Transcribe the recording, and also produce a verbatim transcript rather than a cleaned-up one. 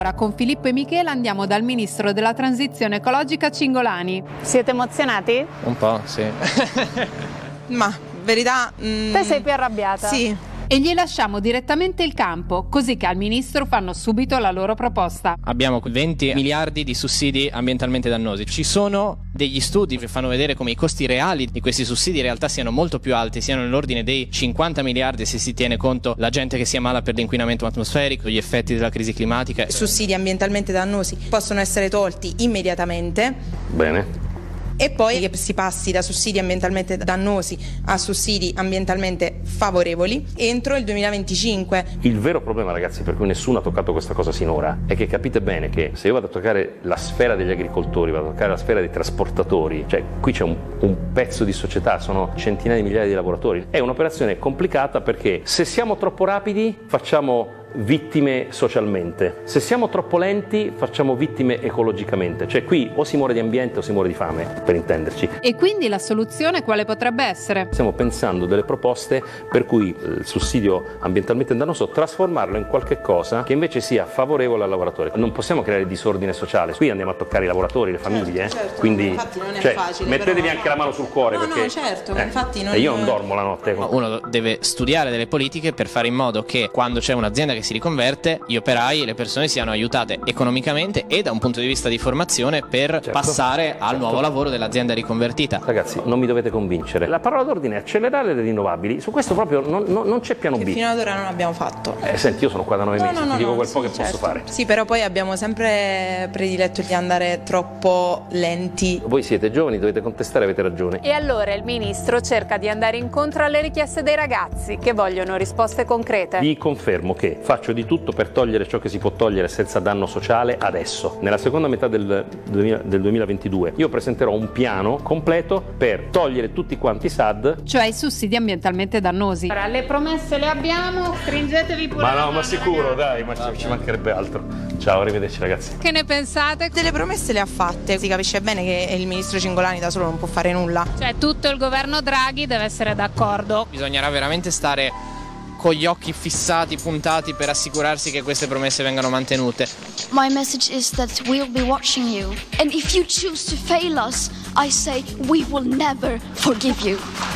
Ora con Filippo e Michele andiamo dal ministro della transizione ecologica Cingolani. Siete emozionati? Un po', sì. Ma, verità... Mm, Te sei più arrabbiata? Sì. E gli lasciamo direttamente il campo, così che al ministro fanno subito la loro proposta. Abbiamo venti miliardi di sussidi ambientalmente dannosi. Ci sono degli studi che fanno vedere come i costi reali di questi sussidi in realtà siano molto più alti, siano nell'ordine dei cinquanta miliardi se si tiene conto la gente che si ammala per l'inquinamento atmosferico, gli effetti della crisi climatica. Sussidi ambientalmente dannosi possono essere tolti immediatamente. Bene. E poi che si passi da sussidi ambientalmente dannosi a sussidi ambientalmente favorevoli entro il duemilaventicinque. Il vero problema, ragazzi, per cui nessuno ha toccato questa cosa sinora, è che capite bene che se io vado a toccare la sfera degli agricoltori, vado a toccare la sfera dei trasportatori, cioè qui c'è un, un pezzo di società, sono centinaia di migliaia di lavoratori. È un'operazione complicata perché se siamo troppo rapidi facciamo vittime socialmente, se siamo troppo lenti facciamo vittime ecologicamente, cioè qui o si muore di ambiente o si muore di fame, per intenderci. E quindi la soluzione quale potrebbe essere? Stiamo pensando delle proposte per cui il sussidio ambientalmente dannoso trasformarlo in qualche cosa che invece sia favorevole al lavoratore. Non possiamo creare disordine sociale, qui andiamo a toccare i lavoratori, le famiglie, certo, certo, quindi infatti non è cioè, facile, mettetevi però... anche la mano sul cuore, no, perché no, certo, eh, infatti non... e io non dormo la notte. Uno deve studiare delle politiche per fare in modo che quando c'è un'azienda che si riconverte, gli operai e le persone siano aiutate economicamente e da un punto di vista di formazione per certo, passare al certo. nuovo lavoro dell'azienda riconvertita. Ragazzi, non mi dovete convincere. La parola d'ordine è accelerare le rinnovabili. Su questo proprio non, non, non c'è piano che B. fino ad ora non abbiamo fatto. Eh, senti, io sono qua da nove No, mesi, no, no, ti dico no, quel sì, po' che certo. posso fare. Sì, però poi abbiamo sempre prediletto di andare troppo lenti. Voi siete giovani, dovete contestare, avete ragione. E allora il ministro cerca di andare incontro alle richieste dei ragazzi che vogliono risposte concrete. Vi confermo che faccio di tutto per togliere ciò che si può togliere senza danno sociale adesso. Nella seconda metà del, del duemilaventidue io presenterò un piano completo per togliere tutti quanti i S A D, cioè i sussidi ambientalmente dannosi. Ora le promesse le abbiamo, stringetevi pure. ma la no, mano, ma sicuro, ragazzi. dai, ma ci, ci mancherebbe altro. Ciao, arrivederci ragazzi. Che ne pensate? Delle promesse le ha fatte, si capisce bene che il ministro Cingolani da solo non può fare nulla. Cioè tutto il governo Draghi deve essere d'accordo. Bisognerà veramente stare con gli occhi fissati, puntati per assicurarsi che queste promesse vengano mantenute. My message is that we'll be watching you. And if you choose to fail us, I say we will never forgive you.